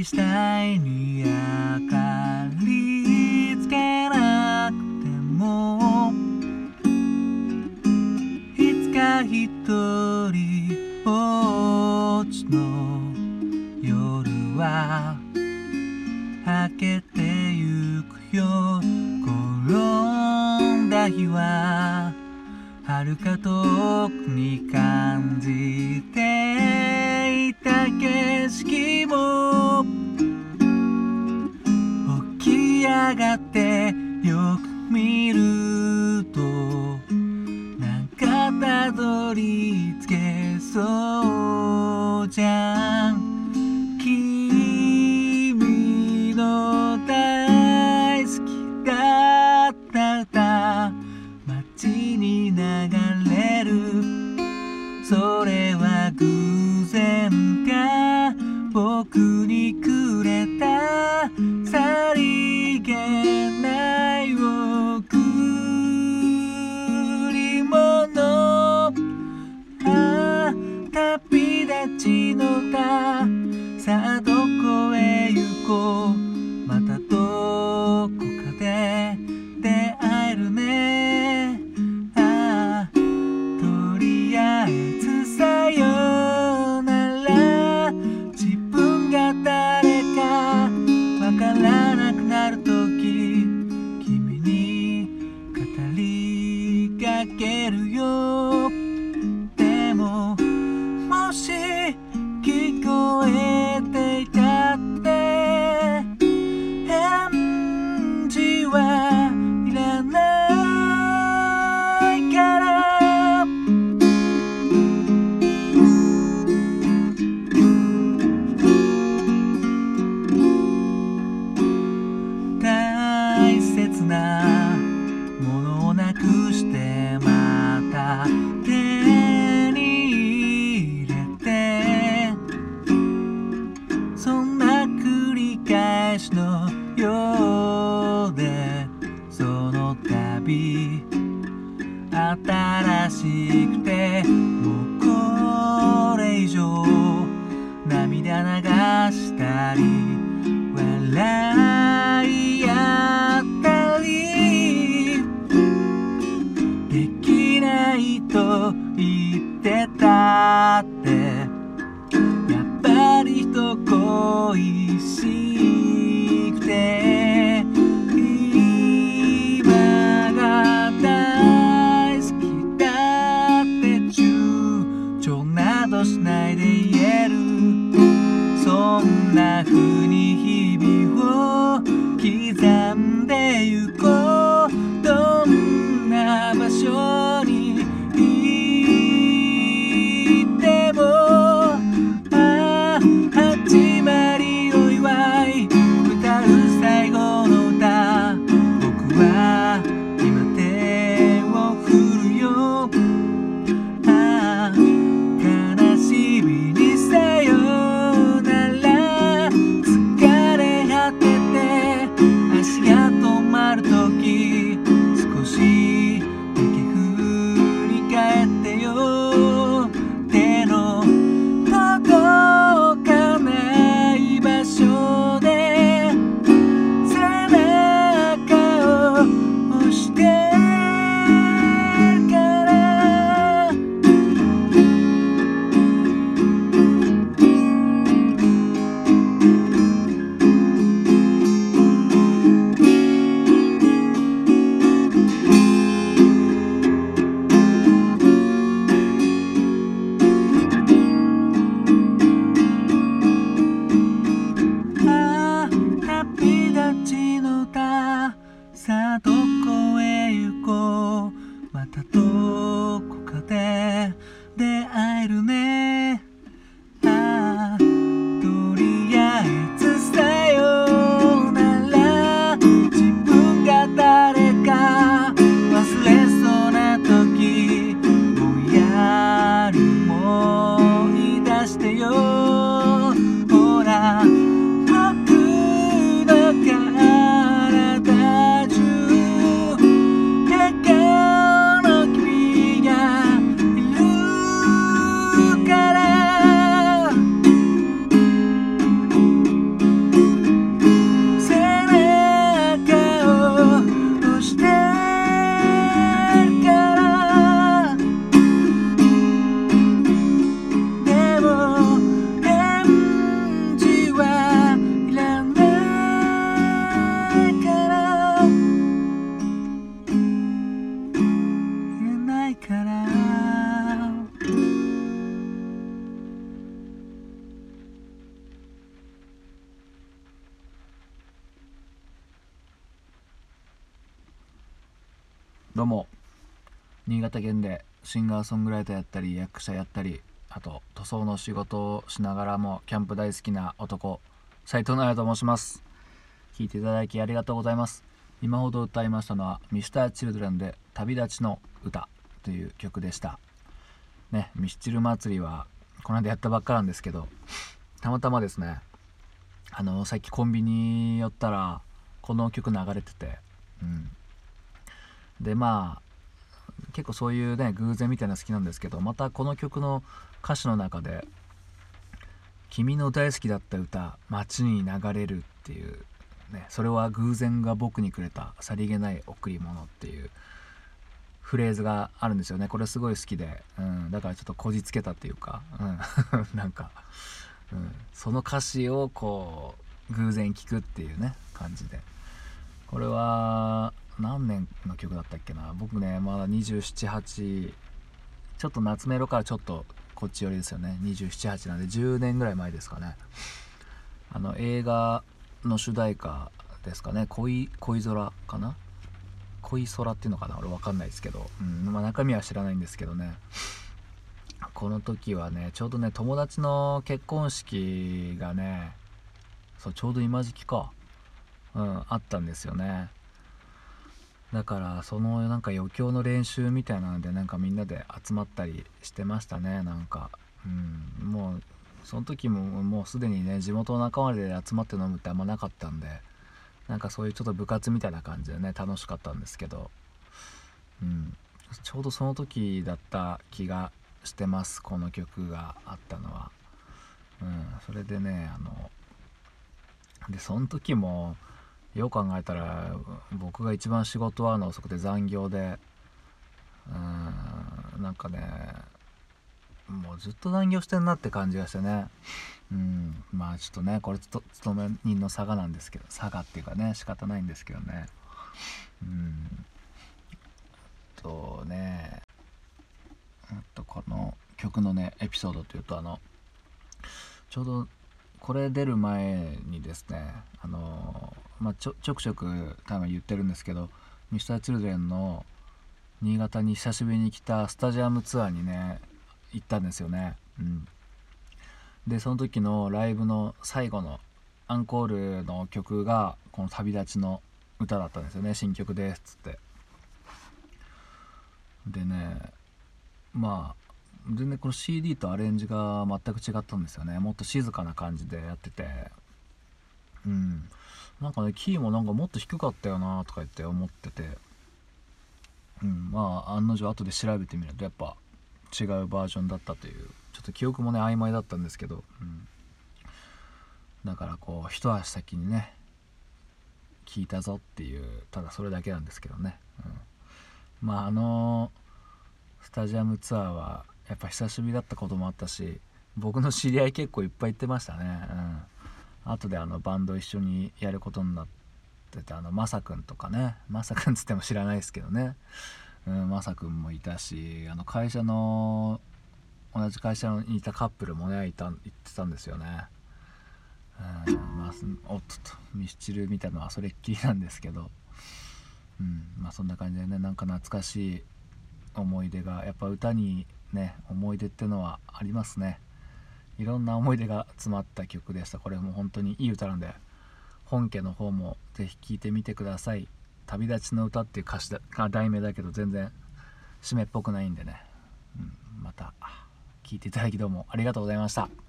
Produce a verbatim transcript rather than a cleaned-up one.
したいに明かりつけなくてもいつか一人ぼっちの夜は明けてゆくよ。転んだ日は遥か遠くに感じていた景色も起き上がってよく見るとなんかたどり着けそうじゃん。君の大好きだった歌街に流れる。それは偶然か僕にくれたさりげない贈り物。ああ旅立ちの歌、さあどこへ行こう。またどこかで出会えるね。ああとりあえずさよなら。自分が誰かわからなくなるとき君に語りかけるよ。でももし聞こえていたって返事はいらないから。大切なものをなくしてまた手に入れて、そんな繰り返しのようでその度新しくてもうこれ以上涙流したり笑い合ったりできないと言ってたってやっぱり人恋しくて今が大好きだって躊躇などしないで言える。そんな風に日々を刻んでゆこう。どんな場所に行ってもああ始まりを祝い歌う最後の歌。僕は今手を振るよ。ああ悲しみにさよなら。疲れ果てて足が止まるとき少しだけどうも、新潟県でシンガーソングライターやったり役者やったり、あと塗装の仕事をしながらもキャンプ大好きな男、斉藤直也と申します。聴いていただきありがとうございます。今ほど歌いましたのは ミスターチルドレン で旅立ちの歌という曲でしたね。ミスチル祭りはこの間やったばっかなんですけど、たまたまですね、あのさっきコンビニ寄ったらこの曲流れてて、うんでまあ結構そういうね偶然みたいなの好きなんですけど、またこの曲の歌詞の中で君の大好きだった歌街に流れるっていうね、それは偶然が僕にくれたさりげない贈り物っていうフレーズがあるんですよね。これすごい好きで、うん、だからちょっとこじつけたっていうか、うん、なんか、うん、その歌詞をこう偶然聴くっていうね感じで、これは何年の曲だったっけな。僕ねまだにじゅうなな、はち、ちょっと夏メロからちょっとこっち寄りですよね。にじゅうなな、はちなんでじゅうねんぐらい前ですかね。あの映画の主題歌ですかね。恋恋空かな、恋空っていうのかな、俺分かんないですけど、うんまあ、中身は知らないんですけどね。この時はねちょうどね友達の結婚式がね、そうちょうど今時期か、うんあったんですよね。だからそのなんか余興の練習みたいなのでなんかみんなで集まったりしてましたね。なんか、うん、もうその時ももうすでにね地元の仲間で集まって飲むってあんまなかったんで、なんかそういうちょっと部活みたいな感じでね楽しかったんですけど、うん、ちょうどその時だった気がしてます、この曲があったのは。うん、それでねあのでその時もよく考えたら僕が一番仕事終わるの遅くて残業で、うーんなんかねもうずっと残業してんなって感じがしてね、うんまあちょっとねこれと勤め人の差がなんですけど、差がっていうかね仕方ないんですけどね。うんとねあとこの曲のねエピソードというと、あのちょうどこれ出る前にですね、あのまあ、ちょちょくちょく多分言ってるんですけど、ミスターチルドレンの新潟に久しぶりに来たスタジアムツアーにね行ったんですよね。うん、でその時のライブの最後のアンコールの曲がこの旅立ちの歌だったんですよね。新曲ですっつって。でねまあ全然この シーディー とアレンジが全く違ったんですよね。もっと静かな感じでやってて、うんなんかねキーもなんかもっと低かったよなとか言って思ってて、うんまあ案の定後で調べてみるとやっぱ違うバージョンだったという、ちょっと記憶もね曖昧だったんですけど、うん、だからこう一足先にね聞いたぞっていう、ただそれだけなんですけどね、うん、まああのスタジアムツアーはやっぱ久しぶりだったこともあったし、僕の知り合い結構いっぱい行ってましたね。うん、後であのバンド一緒にやることになってたあのマサ君とかね、マサ君つっても知らないですけどね、うん、マサ君もいたし、あの会社の同じ会社にいたカップルもねいた行ってたんですよね。うんまあ、おっとっとミスチル見たのはそれっきりなんですけど、うんまあそんな感じでね、なんか懐かしい思い出がやっぱ歌にね思い出ってのはありますね。いろんな思い出が詰まった曲でした。これも本当にいい歌なんで本家の方もぜひ聴いてみてください。旅立ちの歌っていう歌詞だが題名だけど全然締めっぽくないんでね、うん、また聴いていただきどうもありがとうございました。